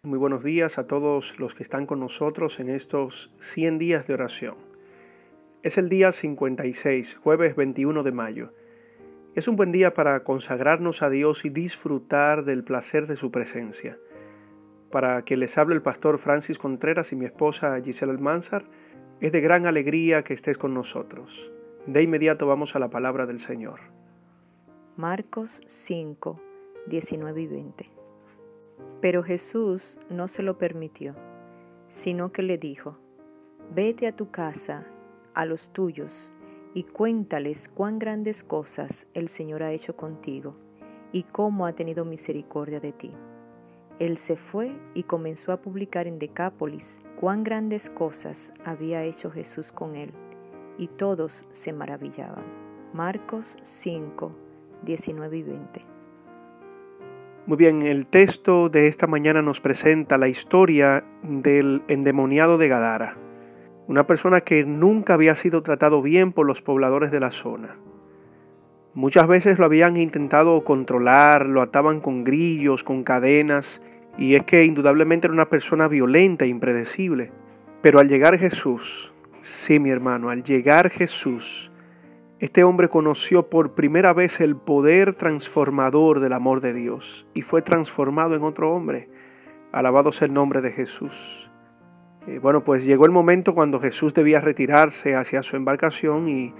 Muy buenos días a todos los que están con nosotros en estos 100 días de oración. Es el día 56, jueves 21 de mayo. Es un buen día para consagrarnos a Dios y disfrutar del placer de su presencia. Para que les hable el pastor Francis Contreras y mi esposa Gisela Almanzar, es de gran alegría que estés con nosotros. De inmediato vamos a la palabra del Señor. Marcos 5, 19 y 20. Pero Jesús no se lo permitió, sino que le dijo: Vete a tu casa, a los tuyos, y cuéntales cuán grandes cosas el Señor ha hecho contigo, y cómo ha tenido misericordia de ti. Él se fue y comenzó a publicar en Decápolis cuán grandes cosas había hecho Jesús con él, y todos se maravillaban. Marcos 5, 19 y 20. Muy bien, el texto de esta mañana nos presenta la historia del endemoniado de Gadara, una persona que nunca había sido tratado bien por los pobladores de la zona. Muchas veces lo habían intentado controlar, lo ataban con grillos, con cadenas, y es que indudablemente era una persona violenta e impredecible. Pero al llegar Jesús, sí mi hermano, al llegar Jesús, este hombre conoció por primera vez el poder transformador del amor de Dios y fue transformado en otro hombre. Alabado sea el nombre de Jesús. Pues llegó el momento cuando Jesús debía retirarse hacia su embarcación y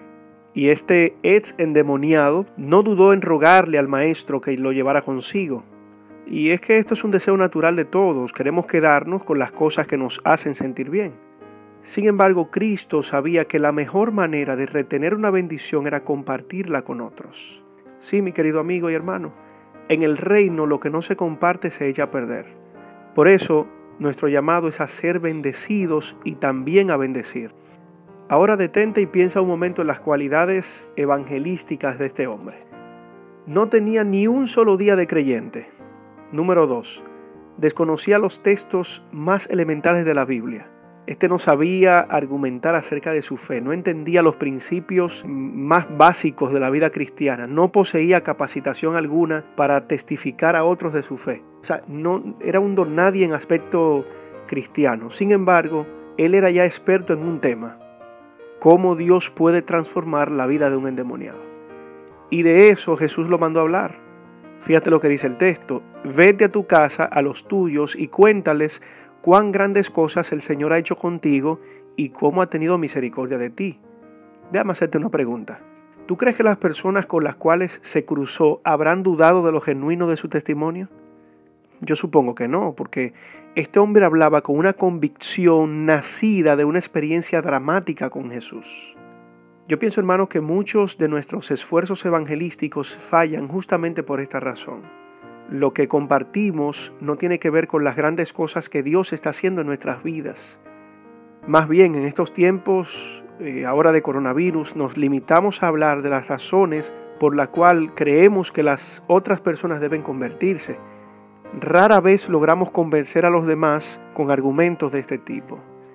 este ex endemoniado no dudó en rogarle al maestro que lo llevara consigo. Y es que esto es un deseo natural de todos, queremos quedarnos con las cosas que nos hacen sentir bien. Sin embargo, Cristo sabía que la mejor manera de retener una bendición era compartirla con otros. Sí, mi querido amigo y hermano, en el reino lo que no se comparte se echa a perder. Por eso, nuestro llamado es a ser bendecidos y también a bendecir. Ahora detente y piensa un momento en las cualidades evangelísticas de este hombre. No tenía ni un solo día de creyente. Número 2. Desconocía los textos más elementales de la Biblia. Este no sabía argumentar acerca de su fe, no entendía los principios más básicos de la vida cristiana, no poseía capacitación alguna para testificar a otros de su fe. O sea, no era un don nadie en aspecto cristiano. Sin embargo, él era ya experto en un tema: cómo Dios puede transformar la vida de un endemoniado. Y de eso Jesús lo mandó a hablar. Fíjate lo que dice el texto: vete a tu casa, a los tuyos, y cuéntales cuán grandes cosas el Señor ha hecho contigo y cómo ha tenido misericordia de ti. Déjame hacerte una pregunta. ¿Tú crees que las personas con las cuales se cruzó habrán dudado de lo genuino de su testimonio? Yo supongo que no, porque este hombre hablaba con una convicción nacida de una experiencia dramática con Jesús. Yo pienso, hermanos, que muchos de nuestros esfuerzos evangelísticos fallan justamente por esta razón. Lo que compartimos no tiene que ver con las grandes cosas que Dios está haciendo en nuestras vidas. Más bien, en estos tiempos, ahora de coronavirus, nos limitamos a hablar de las razones por las cuales creemos que las otras personas deben convertirse. Rara vez logramos convencer a los demás con argumentos de este tipo.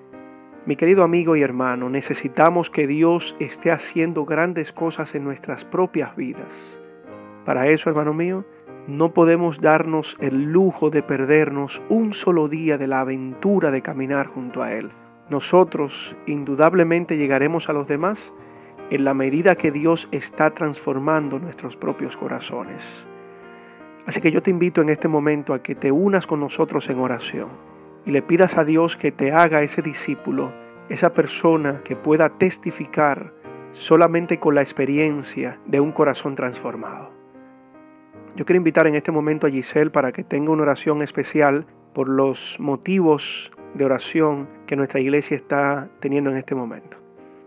Mi querido amigo y hermano, necesitamos que Dios esté haciendo grandes cosas en nuestras propias vidas. Para eso, hermano mío, no podemos darnos el lujo de perdernos un solo día de la aventura de caminar junto a Él. Nosotros indudablemente llegaremos a los demás en la medida que Dios está transformando nuestros propios corazones. Así que yo te invito en este momento a que te unas con nosotros en oración y le pidas a Dios que te haga ese discípulo, esa persona que pueda testificar solamente con la experiencia de un corazón transformado. Yo quiero invitar en este momento a Giselle para que tenga una oración especial por los motivos de oración que nuestra iglesia está teniendo en este momento.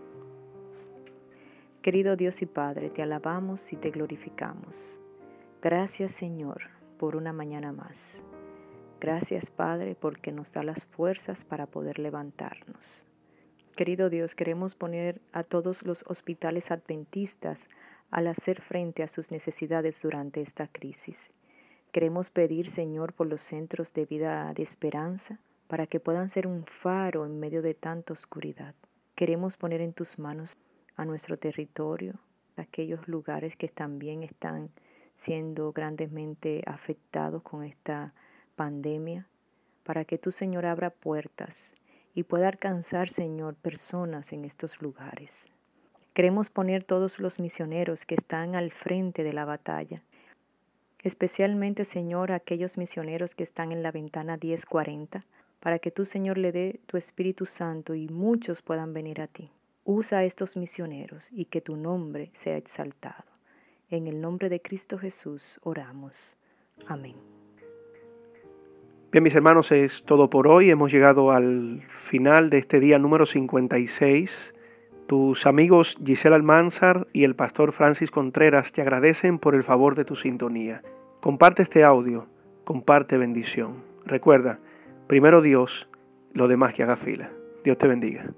Querido Dios y Padre, te alabamos y te glorificamos. Gracias, Señor, por una mañana más. Gracias, Padre, porque nos da las fuerzas para poder levantarnos. Querido Dios, queremos poner a todos los hospitales adventistas al hacer frente a sus necesidades durante esta crisis. Queremos pedir, Señor, por los centros de vida de esperanza, para que puedan ser un faro en medio de tanta oscuridad. Queremos poner en tus manos a nuestro territorio, aquellos lugares que también están siendo grandemente afectados con esta pandemia. para que tú, Señor, abra puertas y pueda alcanzar, Señor, personas en estos lugares. Queremos poner todos los misioneros que están al frente de la batalla, especialmente, Señor, aquellos misioneros que están en la ventana 1040, para que tú, Señor, le dé tu Espíritu Santo y muchos puedan venir a ti. Usa a estos misioneros y que tu nombre sea exaltado. En el nombre de Cristo Jesús oramos. Amén. Bien, mis hermanos, es todo por hoy. Hemos llegado al final de este día número 56. Tus amigos Gisela Almanzar y el pastor Francis Contreras te agradecen por el favor de tu sintonía. Comparte este audio, comparte bendición. Recuerda, primero Dios, lo demás que haga fila. Dios te bendiga.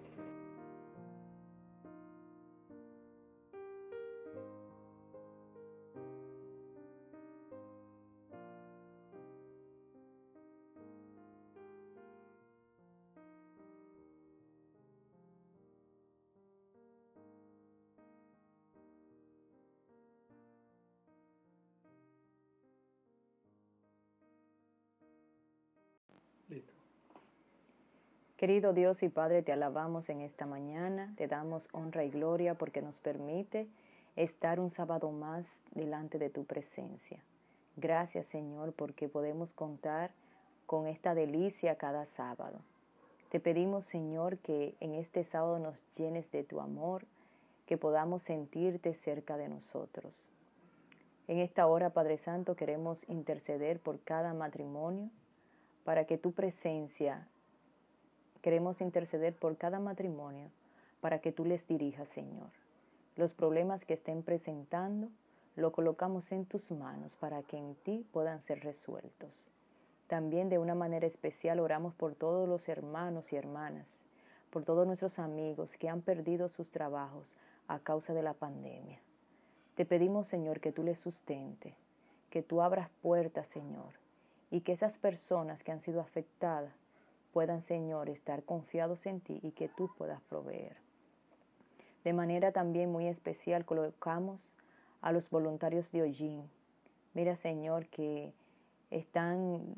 Listo. Querido Dios y Padre, te alabamos en esta mañana, te damos honra y gloria porque nos permite estar un sábado más delante de tu presencia. Gracias, Señor, porque podemos contar con esta delicia cada sábado. Te pedimos, Señor, que en este sábado nos llenes de tu amor, que podamos sentirte cerca de nosotros. En esta hora, Padre Santo, queremos interceder por cada matrimonio para que tu presencia, queremos interceder por cada matrimonio para que tú les dirijas, Señor. Los problemas que estén presentando, lo colocamos en tus manos para que en ti puedan ser resueltos. También de una manera especial oramos por todos los hermanos y hermanas, por todos nuestros amigos que han perdido sus trabajos a causa de la pandemia. Te pedimos, Señor, que tú les sustente, que tú abras puertas, Señor, y que esas personas que han sido afectadas puedan, Señor, estar confiados en ti y que tú puedas proveer. De manera también muy especial colocamos a los voluntarios de Hollín. Mira, Señor, que están...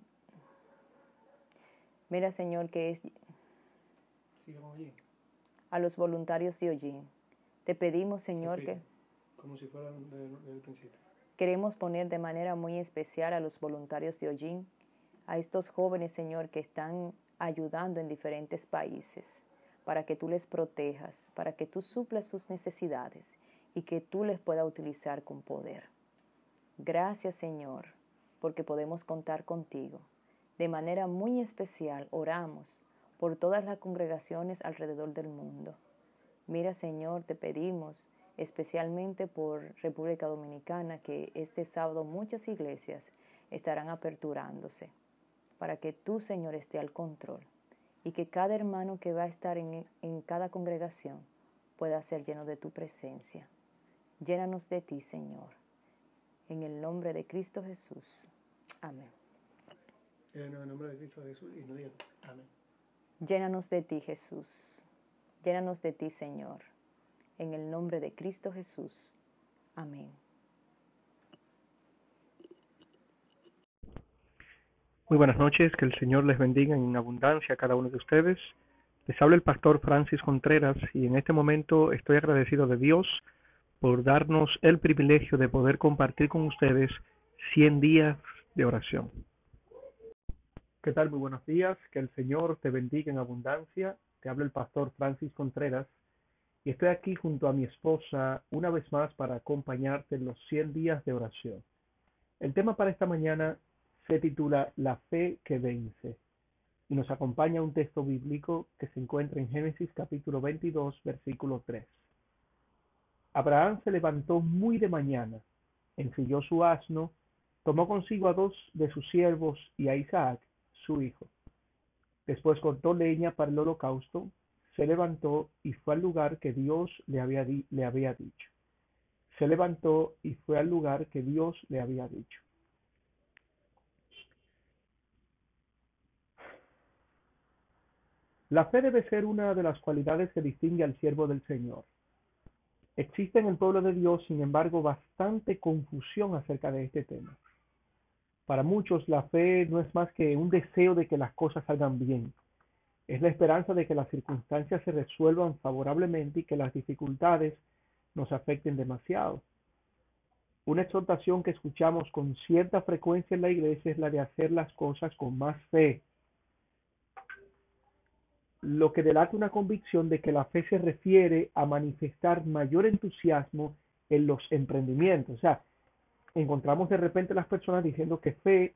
Mira, Señor, que es... A los voluntarios de Hollín. Te pedimos, Señor, que... Como si fueran del principio. Queremos poner de manera muy especial a los voluntarios de Hollín, a estos jóvenes, Señor, que están ayudando en diferentes países, para que tú les protejas, para que tú suplas sus necesidades y que tú les puedas utilizar con poder. Gracias, Señor, porque podemos contar contigo. De manera muy especial oramos por todas las congregaciones alrededor del mundo. Mira, Señor, te pedimos especialmente por República Dominicana, que este sábado muchas iglesias estarán aperturándose, para que tú, Señor, esté al control y que cada hermano que va a estar en cada congregación pueda ser lleno de tu presencia. Llénanos de ti, Señor, en el nombre de Cristo Jesús. Amén. En el nombre de Cristo Jesús y no digan amén. Llénanos de ti, Jesús. Llénanos de ti, Señor. En el nombre de Cristo Jesús. Amén. Muy buenas noches, que el Señor les bendiga en abundancia a cada uno de ustedes. Les habla el pastor Francis Contreras y en este momento estoy agradecido de Dios por darnos el privilegio de poder compartir con ustedes 100 días de oración. ¿Qué tal? Muy buenos días, que el Señor te bendiga en abundancia. Te habla el pastor Francis Contreras y estoy aquí junto a mi esposa una vez más para acompañarte en los 100 días de oración. El tema para esta mañana se titula La fe que vence y nos acompaña un texto bíblico que se encuentra en Génesis capítulo 22, versículo 3. Abraham se levantó muy de mañana, ensilló su asno, tomó consigo a 2 de sus siervos y a Isaac, su hijo. Después cortó leña para el holocausto, se levantó y fue al lugar que Dios le había dicho. Se levantó y fue al lugar que Dios le había dicho. La fe debe ser una de las cualidades que distingue al siervo del Señor. Existe en el pueblo de Dios, sin embargo, bastante confusión acerca de este tema. Para muchos la fe no es más que un deseo de que las cosas salgan bien. Es la esperanza de que las circunstancias se resuelvan favorablemente y que las dificultades nos afecten demasiado. Una exhortación que escuchamos con cierta frecuencia en la iglesia es la de hacer las cosas con más fe, lo que delata una convicción de que la fe se refiere a manifestar mayor entusiasmo en los emprendimientos. O sea, encontramos de repente las personas diciendo que fe,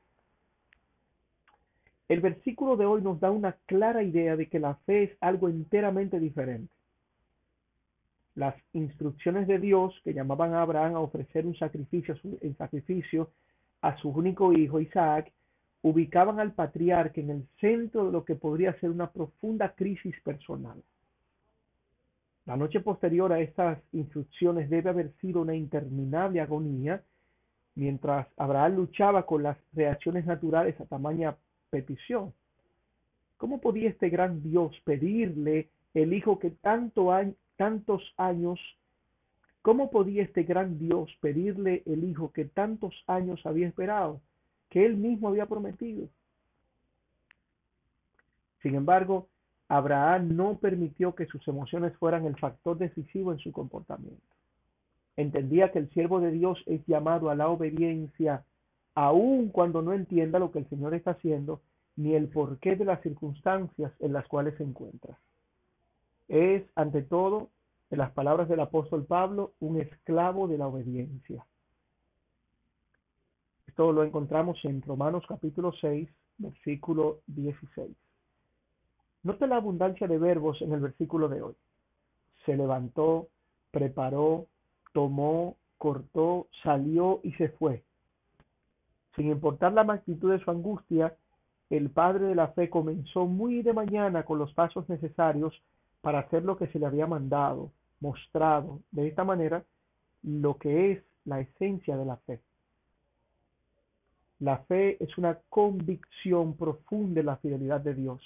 el versículo de hoy nos da una clara idea de que la fe es algo enteramente diferente. Las instrucciones de Dios que llamaban a Abraham a ofrecer un sacrificio, en sacrificio a su único hijo Isaac, ubicaban al patriarca en el centro de lo que podría ser una profunda crisis personal. La noche posterior a estas instrucciones debe haber sido una interminable agonía, mientras Abraham luchaba con las reacciones naturales a tamaña petición. ¿Cómo podía este gran Dios pedirle el hijo que tantos años, cómo podía este gran Dios pedirle el hijo que tantos años había esperado, que él mismo había prometido? Sin embargo, Abraham no permitió que sus emociones fueran el factor decisivo en su comportamiento. Entendía que el siervo de Dios es llamado a la obediencia, aun cuando no entienda lo que el Señor está haciendo, ni el porqué de las circunstancias en las cuales se encuentra. Es, ante todo, en las palabras del apóstol Pablo, un esclavo de la obediencia. Esto lo encontramos en Romanos capítulo 6, versículo 16. Note la abundancia de verbos en el versículo de hoy. Se levantó, preparó, tomó, cortó, salió y se fue. Sin importar la magnitud de su angustia, el padre de la fe comenzó muy de mañana con los pasos necesarios para hacer lo que se le había mandado, mostrado de esta manera lo que es la esencia de la fe. La fe es una convicción profunda en la fidelidad de Dios.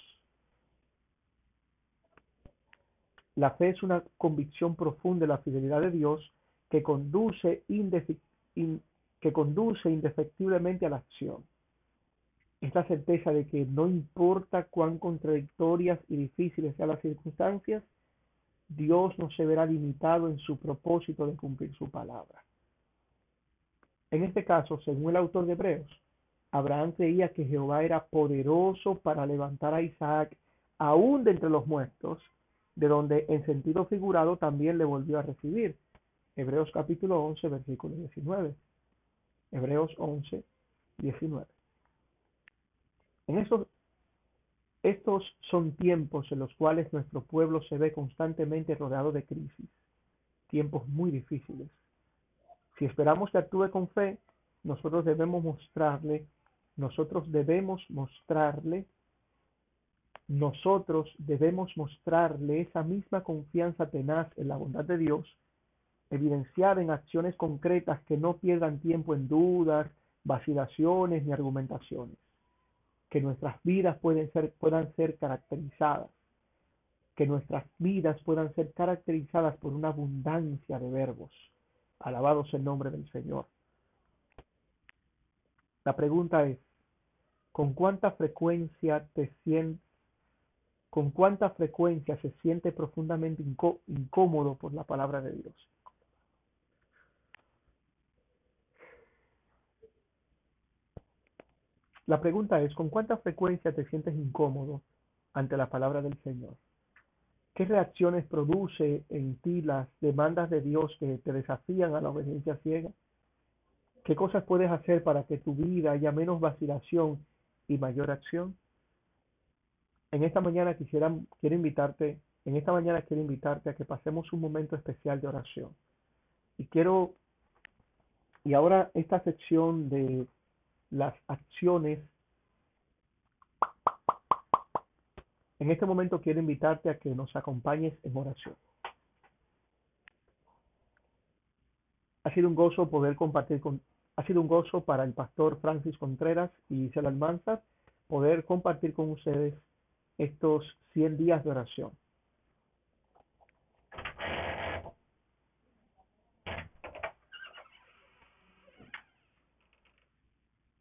La fe es una convicción profunda en la fidelidad de Dios que conduce indefectiblemente a la acción. Es la certeza de que no importa cuán contradictorias y difíciles sean las circunstancias, Dios no se verá limitado en su propósito de cumplir su palabra. En este caso, según el autor de Hebreos, Abraham creía que Jehová era poderoso para levantar a Isaac aún de entre los muertos, de donde en sentido figurado también le volvió a recibir. Hebreos capítulo 11, versículo 19. Hebreos 11, 19. En estos son tiempos en los cuales nuestro pueblo se ve constantemente rodeado de crisis, tiempos muy difíciles. Si esperamos que actúe con fe, nosotros debemos mostrarle, nosotros debemos mostrarle esa misma confianza tenaz en la bondad de Dios, evidenciada en acciones concretas que no pierdan tiempo en dudas, vacilaciones ni argumentaciones. Que nuestras vidas puedan ser caracterizadas, por una abundancia de verbos. Alabados el nombre del Señor. La pregunta es, ¿con cuánta frecuencia se siente profundamente incómodo por la palabra de Dios? La pregunta es, ¿con cuánta frecuencia te sientes incómodo ante la palabra del Señor? ¿Qué reacciones produce en ti las demandas de Dios que te desafían a la obediencia ciega? ¿Qué cosas puedes hacer para que tu vida haya menos vacilación y mayor acción? En esta mañana quiero invitarte a que pasemos un momento especial de oración. Y ahora esta sección de las acciones, en este momento quiero invitarte a que nos acompañes en oración. Ha sido un gozo para el pastor Francis Contreras y Isela Almanzar poder compartir con ustedes estos 100 días de oración.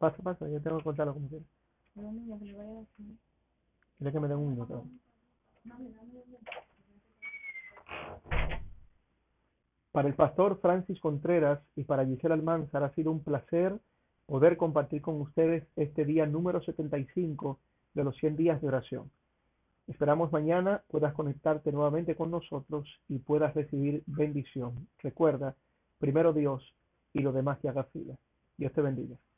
Pasa, yo tengo que contarlo como quiera. Quiere que me den un minuto. Para el pastor Francis Contreras y para Giselle Almanzar ha sido un placer poder compartir con ustedes este día número 75 de los 100 días de oración. Esperamos mañana puedas conectarte nuevamente con nosotros y puedas recibir bendición. Recuerda, primero Dios y lo demás que haga fila. Dios te bendiga.